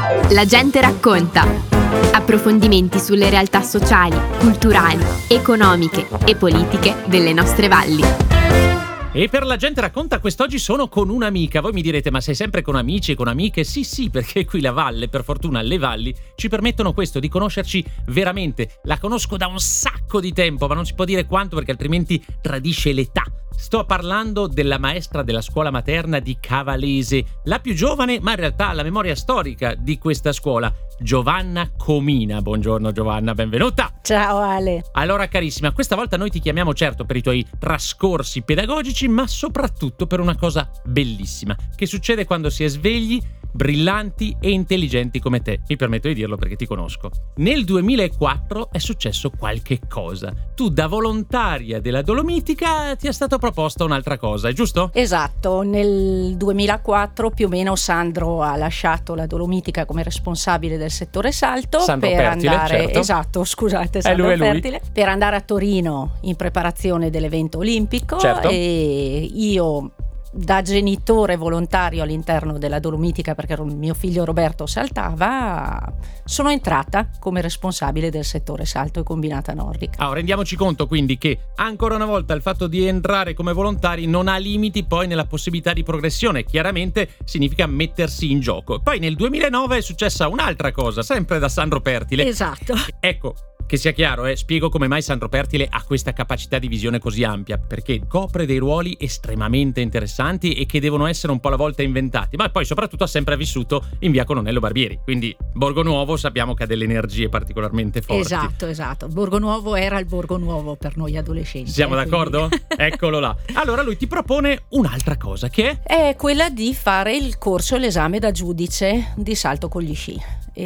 La gente racconta. Approfondimenti sulle realtà sociali, culturali, economiche e politiche delle nostre valli. E per La gente racconta quest'oggi sono con un'amica. Voi mi direte, ma sei sempre con amici e con amiche? Sì, perché qui la valle, per fortuna le valli, ci permettono questo, di conoscerci veramente. La conosco da un sacco di tempo, ma non si può dire quanto perché altrimenti tradisce l'età. Sto parlando della maestra della scuola materna di Cavalese, la più giovane, ma in realtà la memoria storica di questa scuola, Giovanna Comina. Buongiorno Giovanna, benvenuta. Ciao Ale. Allora carissima, questa volta noi ti chiamiamo certo per i tuoi trascorsi pedagogici, ma soprattutto per una cosa bellissima che succede quando si è svegli, brillanti e intelligenti come te. Mi permetto di dirlo perché ti conosco. Nel 2004 è successo qualche cosa. Tu da volontaria della Dolomitica ti è stata proposta un'altra cosa, è giusto? Esatto, nel 2004 più o meno Sandro ha lasciato la Dolomitica come responsabile del settore salto Sandro per Pertile, andare, certo. esatto, scusate, Sandro lui. Pertile, per andare a Torino in preparazione dell'evento olimpico, Certo. e io da genitore volontario all'interno della Dolomitica, perché mio figlio Roberto saltava, sono entrata come responsabile del settore salto e combinata nordica. Rendiamoci conto quindi che ancora una volta il fatto di entrare come volontari non ha limiti poi nella possibilità di progressione, chiaramente significa mettersi in gioco. Poi nel 2009 è successa un'altra cosa, sempre da Sandro Pertile. Esatto. Ecco, che sia chiaro, spiego come mai Sandro Pertile ha questa capacità di visione così ampia, perché copre dei ruoli estremamente interessanti e che devono essere un po' alla volta inventati, ma poi soprattutto ha sempre vissuto in via Colonnello Barbieri, quindi Borgo Nuovo sappiamo che ha delle energie particolarmente forti. Esatto. Borgo Nuovo era il Borgo Nuovo per noi adolescenti. Siamo d'accordo? Quindi... Eccolo là. Allora lui ti propone un'altra cosa, che è quella di fare il corso e l'esame da giudice di salto con gli sci.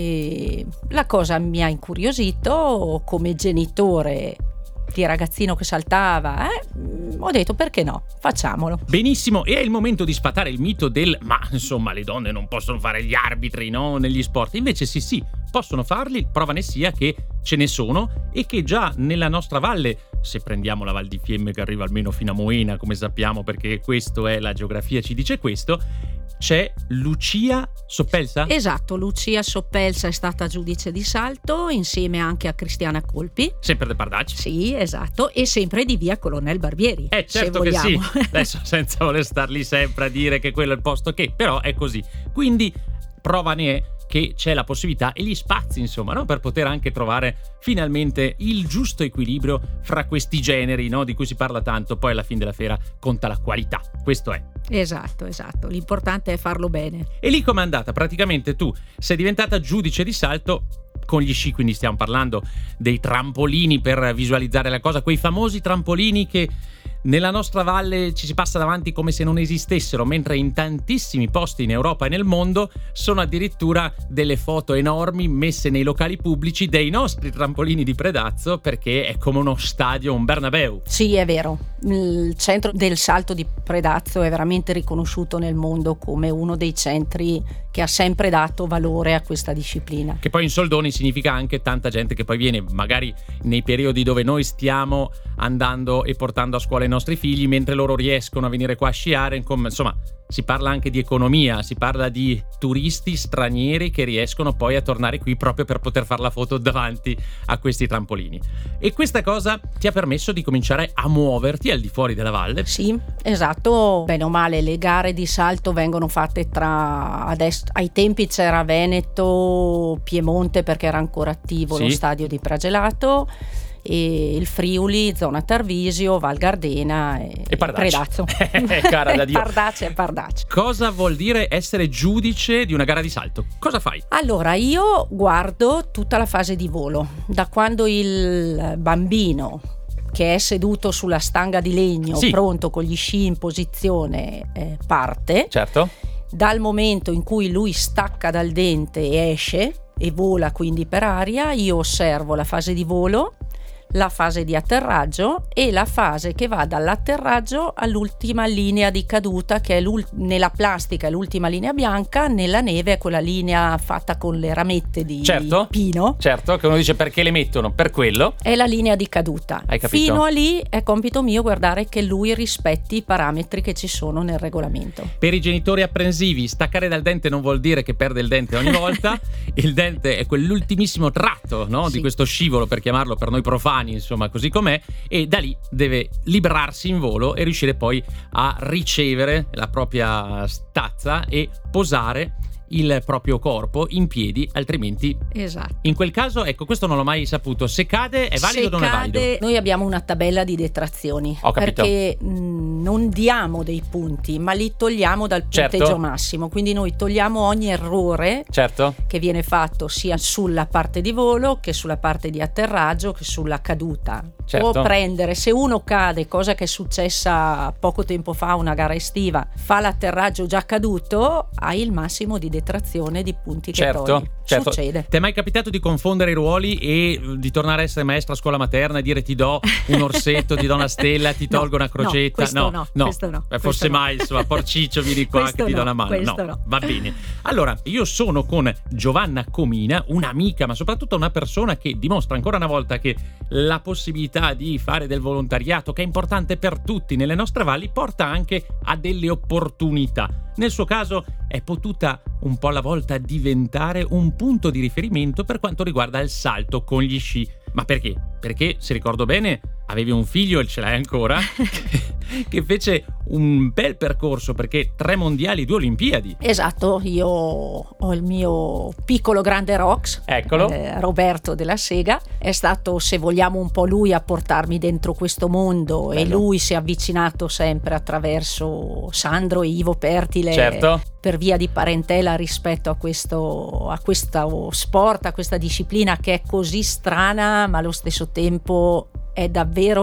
E la cosa mi ha incuriosito come genitore di ragazzino che saltava, ho detto perché no, facciamolo. Benissimo, e è il momento di sfatare il mito del ma insomma le donne non possono fare gli arbitri, no, negli sport. Invece sì, possono farli, prova ne sia che ce ne sono e che già nella nostra valle, se prendiamo la Val di Fiemme che arriva almeno fino a Moena, come sappiamo perché questo è, la geografia ci dice questo, c'è Lucia Soppelsa? Esatto, Lucia Soppelsa è stata giudice di salto insieme anche a Cristiana Colpi. Sempre del Pardacci? Sì, esatto, e sempre di via Colonnello Barbieri. Certo che sì, adesso senza voler star lì sempre a dire che quello è il posto che, però è così. Quindi prova ne è che c'è la possibilità e gli spazi, insomma, no? Per poter anche trovare finalmente il giusto equilibrio fra questi generi, no? Di cui si parla tanto, poi alla fine della fiera conta la qualità, questo è. Esatto, l'importante è farlo bene. E lì com'è andata? Praticamente tu sei diventata giudice di salto con gli sci, quindi stiamo parlando dei trampolini per visualizzare la cosa, quei famosi trampolini che nella nostra valle ci si passa davanti come se non esistessero, mentre in tantissimi posti in Europa e nel mondo sono addirittura delle foto enormi messe nei locali pubblici dei nostri trampolini di Predazzo, perché è come uno stadio, un Bernabeu. Sì, è vero. Il centro del salto di Predazzo è veramente riconosciuto nel mondo come uno dei centri che ha sempre dato valore a questa disciplina. Che poi in soldoni significa anche tanta gente che poi viene magari nei periodi dove noi stiamo andando e portando a scuola i nostri figli, mentre loro riescono a venire qua a sciare, insomma si parla anche di economia, si parla di turisti stranieri che riescono poi a tornare qui proprio per poter fare la foto davanti a questi trampolini. E questa cosa ti ha permesso di cominciare a muoverti al di fuori della valle? Sì, esatto. Bene o male le gare di salto vengono fatte ai tempi c'era Veneto, Piemonte perché era ancora attivo lo stadio di Pragelato, e il Friuli, zona Tarvisio, Val Gardena e Predazzo. Cara da Dio. Pardacci. Cosa vuol dire essere giudice di una gara di salto? Cosa fai? Allora, io guardo tutta la fase di volo, da quando il bambino che è seduto sulla stanga di legno, pronto con gli sci in posizione, parte. Certo. Dal momento in cui lui stacca dal dente e esce e vola quindi per aria, io osservo la fase di volo, la fase di atterraggio e la fase che va dall'atterraggio all'ultima linea di caduta, che è nella plastica è l'ultima linea bianca, nella neve è quella linea fatta con le ramette di pino. Certo, che uno dice perché le mettono? Per quello. È la linea di caduta. Hai capito? Fino a lì è compito mio guardare che lui rispetti i parametri che ci sono nel regolamento. Per i genitori apprensivi, staccare dal dente non vuol dire che perde il dente ogni volta. Il dente è quell'ultimissimo tratto, no? Sì. Di questo scivolo, per chiamarlo per noi profani, insomma, così com'è, e da lì deve librarsi in volo e riuscire poi a ricevere la propria stazza e posare il proprio corpo in piedi, altrimenti esatto. In quel caso, ecco, questo non l'ho mai saputo, se cade è valido o non è valido? Noi abbiamo una tabella di detrazioni. Ho capito. Perché non diamo dei punti, ma li togliamo dal punteggio massimo, quindi noi togliamo ogni errore che viene fatto sia sulla parte di volo che sulla parte di atterraggio che sulla caduta. Può prendere, se uno cade, cosa che è successa poco tempo fa, una gara estiva, fa l'atterraggio già caduto, hai il massimo di detrazione di punti che togli. Succede. Ti è mai capitato di confondere i ruoli e di tornare a essere maestra a scuola materna e dire ti do un orsetto, ti do una stella, ti tolgo una crocetta? Questo no. Forse mai, insomma, porciccio, vieni qua che ti do una mano. No, va bene. Allora, io sono con Giovanna Comina, un'amica, ma soprattutto una persona che dimostra ancora una volta che la possibilità di fare del volontariato, che è importante per tutti nelle nostre valli, porta anche a delle opportunità. Nel suo caso è potuta un po' alla volta diventare un punto di riferimento per quanto riguarda il salto con gli sci. Ma perché? Perché, se ricordo bene, avevi un figlio e ce l'hai ancora che fece un bel percorso, perché 3 mondiali, 2 Olimpiadi. Esatto, io ho il mio piccolo grande Rox, eccolo, Roberto della Sega. È stato, se vogliamo, un po' lui a portarmi dentro questo mondo. Bello. E lui si è avvicinato sempre attraverso Sandro e Ivo Pertile, per via di parentela rispetto a questo sport, a questa disciplina che è così strana ma allo stesso tempo è davvero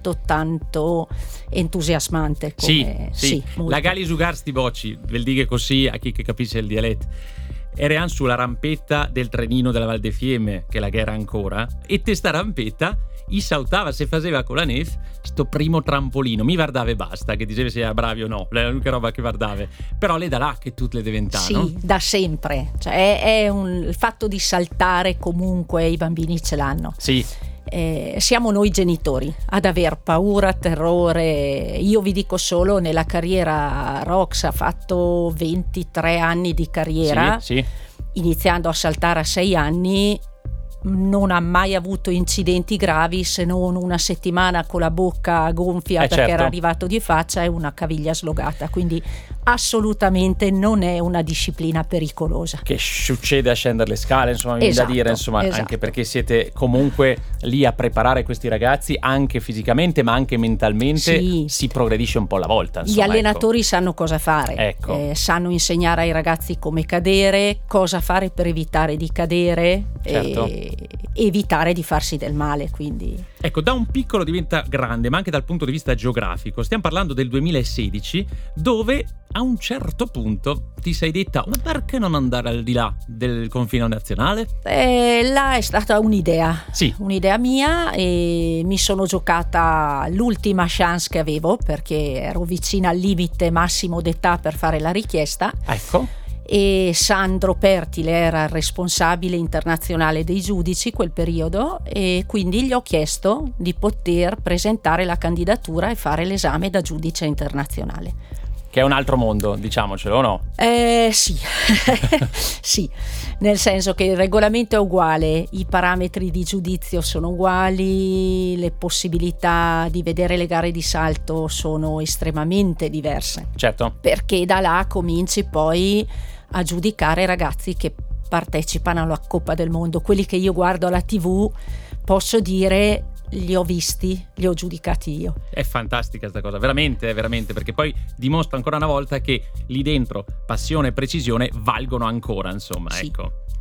tanto entusiasmante. Sì. La Gali Sugar sti bocci, vel dighe così a chi che capisce il dialetto. Eravamo sulla rampetta del trenino della Val de Fiemme, che la guerra ancora, e te sta rampetta i saltava, se faceva con la neve sto primo trampolino, mi guardava e basta, che diceva se era bravi o no, è l'unica roba che guardava, però le da là che tutte le diventano. Sì, da sempre, cioè è il fatto di saltare, comunque i bambini ce l'hanno. Sì. Siamo noi genitori ad aver paura, terrore. Io vi dico solo, nella carriera Rox ha fatto 23 anni di carriera, sì. Iniziando a saltare a 6 anni. Non ha mai avuto incidenti gravi, se non una settimana con la bocca gonfia perché era arrivato di faccia e una caviglia slogata, quindi assolutamente non è una disciplina pericolosa. Che succede a scendere le scale, insomma, mi da dire, insomma, anche perché siete comunque lì a preparare questi ragazzi anche fisicamente ma anche mentalmente, si progredisce un po' alla volta, insomma. Gli allenatori sanno cosa fare, sanno insegnare ai ragazzi come cadere, cosa fare per evitare di cadere, e evitare di farsi del male, quindi. Ecco, da un piccolo diventa grande, ma anche dal punto di vista geografico. Stiamo parlando del 2016, dove a un certo punto ti sei detta: ma perché non andare al di là del confine nazionale? Là è stata un'idea, sì, un'idea mia, e mi sono giocata l'ultima chance che avevo, perché ero vicina al limite massimo d'età per fare la richiesta. Ecco. E Sandro Pertile era il responsabile internazionale dei giudici quel periodo, e quindi gli ho chiesto di poter presentare la candidatura e fare l'esame da giudice internazionale. Che è un altro mondo, diciamocelo, o no? Sì. Sì, nel senso che il regolamento è uguale, i parametri di giudizio sono uguali, le possibilità di vedere le gare di salto sono estremamente diverse. Certo. Perché da là cominci poi a giudicare ragazzi che partecipano alla Coppa del Mondo. Quelli che io guardo alla TV, posso dire, li ho visti, li ho giudicati io. È fantastica questa cosa, veramente, perché poi dimostra ancora una volta che lì dentro passione e precisione valgono ancora, insomma, sì. Ecco.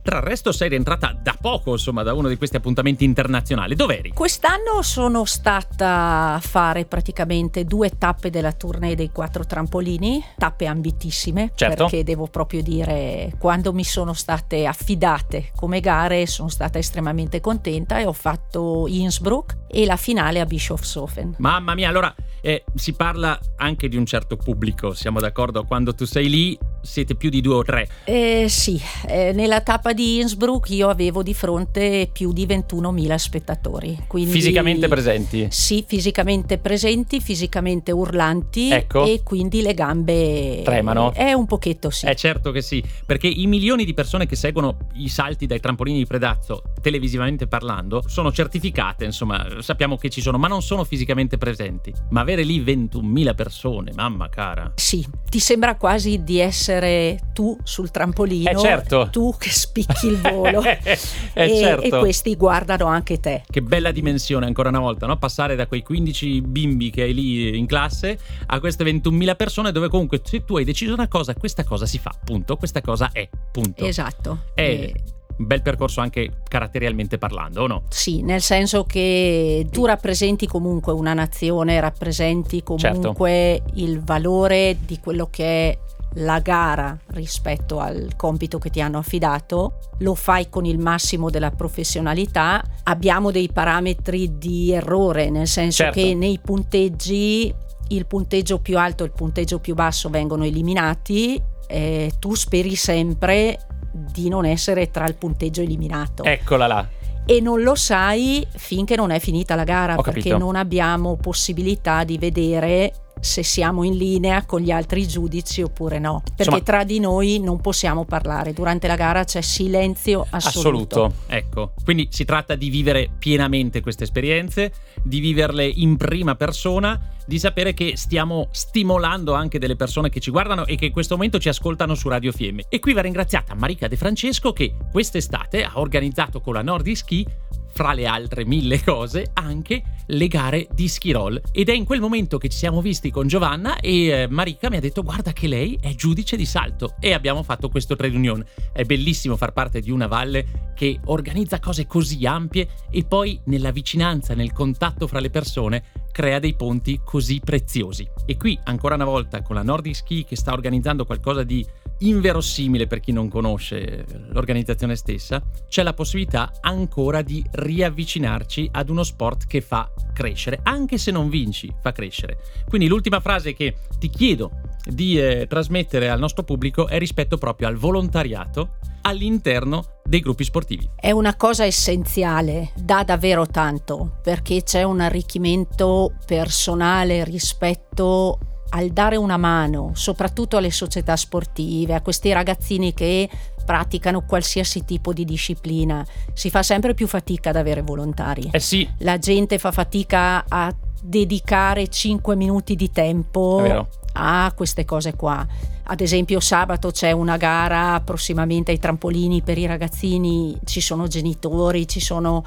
tra il resto sei rientrata da poco, insomma, da uno di questi appuntamenti internazionali. Dov'eri? Quest'anno sono stata a fare praticamente 2 tappe della tournée dei 4 trampolini, tappe ambitissime, certo, perché devo proprio dire, quando mi sono state affidate come gare sono stata estremamente contenta e ho fatto Innsbruck e la finale a Bischofshofen. Mamma mia, allora si parla anche di un certo pubblico, siamo d'accordo? Quando tu sei lì siete più di 2 o 3? Sì, nella tappa di Innsbruck io avevo di fronte più di 21.000 spettatori. Quindi, fisicamente presenti? Sì, fisicamente presenti, fisicamente urlanti, ecco, e quindi le gambe tremano? Un pochetto sì. Certo che sì, perché i milioni di persone che seguono i salti dai trampolini di Predazzo, televisivamente parlando, sono certificate, insomma, sappiamo che ci sono, ma non sono fisicamente presenti. Ma avere lì 21.000 persone, mamma cara. Sì, ti sembra quasi di essere tu sul trampolino, certo, tu che spicchi il volo certo, e questi guardano anche te. Che bella dimensione, ancora una volta, no? Passare da quei 15 bimbi che hai lì in classe a queste 21.000 persone, dove comunque se tu hai deciso una cosa, questa cosa si fa, punto, questa cosa è, punto. Esatto. È un bel percorso anche caratterialmente parlando, o no? Sì, nel senso che tu rappresenti comunque una nazione, rappresenti comunque, certo, il valore di quello che è la gara rispetto al compito che ti hanno affidato, lo fai con il massimo della professionalità. Abbiamo dei parametri di errore, nel senso, certo, che nei punteggi il punteggio più alto e il punteggio più basso vengono eliminati, tu speri sempre di non essere tra il punteggio eliminato. Eccola là. E non lo sai finché non è finita la gara, perché non abbiamo possibilità di vedere se siamo in linea con gli altri giudici oppure no, perché insomma, tra di noi non possiamo parlare durante la gara, c'è silenzio assoluto. Ecco, quindi si tratta di vivere pienamente queste esperienze, di viverle in prima persona, di sapere che stiamo stimolando anche delle persone che ci guardano e che in questo momento ci ascoltano su Radio Fiemme. E qui va ringraziata Marica De Francesco, che quest'estate ha organizzato con la Nordic Ski, fra le altre 1000 cose, anche le gare di ski roll, ed è in quel momento che ci siamo visti con Giovanna e Marica mi ha detto: guarda che lei è giudice di salto, e abbiamo fatto questo trade union. È bellissimo far parte di una valle che organizza cose così ampie e poi nella vicinanza, nel contatto fra le persone, crea dei ponti così preziosi. E qui ancora una volta con la Nordic Ski, che sta organizzando qualcosa di inverosimile per chi non conosce l'organizzazione stessa, c'è la possibilità ancora di riavvicinarci ad uno sport che fa crescere, anche se non vinci, fa crescere. Quindi l'ultima frase che ti chiedo di trasmettere al nostro pubblico è rispetto proprio al volontariato all'interno dei gruppi sportivi. È una cosa essenziale, dà davvero tanto, perché c'è un arricchimento personale rispetto al dare una mano, soprattutto alle società sportive, a questi ragazzini che praticano qualsiasi tipo di disciplina. Si fa sempre più fatica ad avere volontari. Sì. La gente fa fatica a dedicare 5 minuti di tempo a queste cose qua. Ad esempio sabato c'è una gara prossimamente ai trampolini per i ragazzini, ci sono genitori, ci sono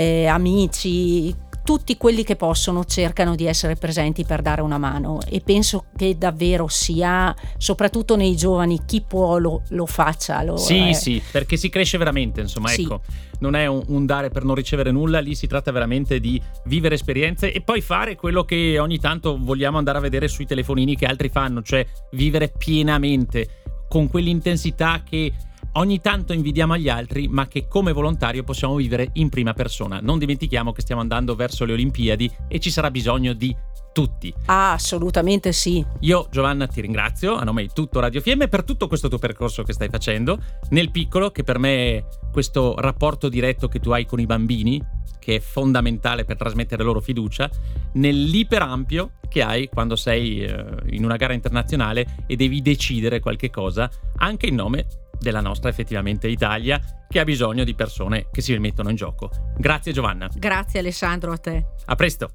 amici, tutti quelli che possono cercano di essere presenti per dare una mano, e penso che davvero sia, soprattutto nei giovani, chi può lo faccia. Sì, perché si cresce veramente, insomma, sì. Ecco, non è un dare per non ricevere nulla, lì si tratta veramente di vivere esperienze e poi fare quello che ogni tanto vogliamo andare a vedere sui telefonini che altri fanno, cioè vivere pienamente con quell'intensità che ogni tanto invidiamo agli altri, ma che come volontario possiamo vivere in prima persona. Non dimentichiamo che stiamo andando verso le Olimpiadi e ci sarà bisogno di tutti. Assolutamente sì. Io, Giovanna, ti ringrazio a nome di tutto Radio Fiemme per tutto questo tuo percorso che stai facendo, nel piccolo, che per me è questo rapporto diretto che tu hai con i bambini, che è fondamentale per trasmettere loro fiducia, nell'iperampio che hai quando sei in una gara internazionale e devi decidere qualche cosa, anche in nome della nostra effettivamente Italia, che ha bisogno di persone che si mettono in gioco. Grazie Giovanna. Grazie Alessandro, a te. A presto.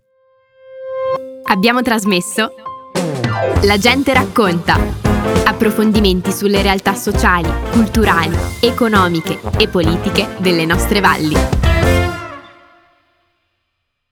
Abbiamo trasmesso La gente racconta. Approfondimenti sulle realtà sociali, culturali, economiche e politiche delle nostre valli.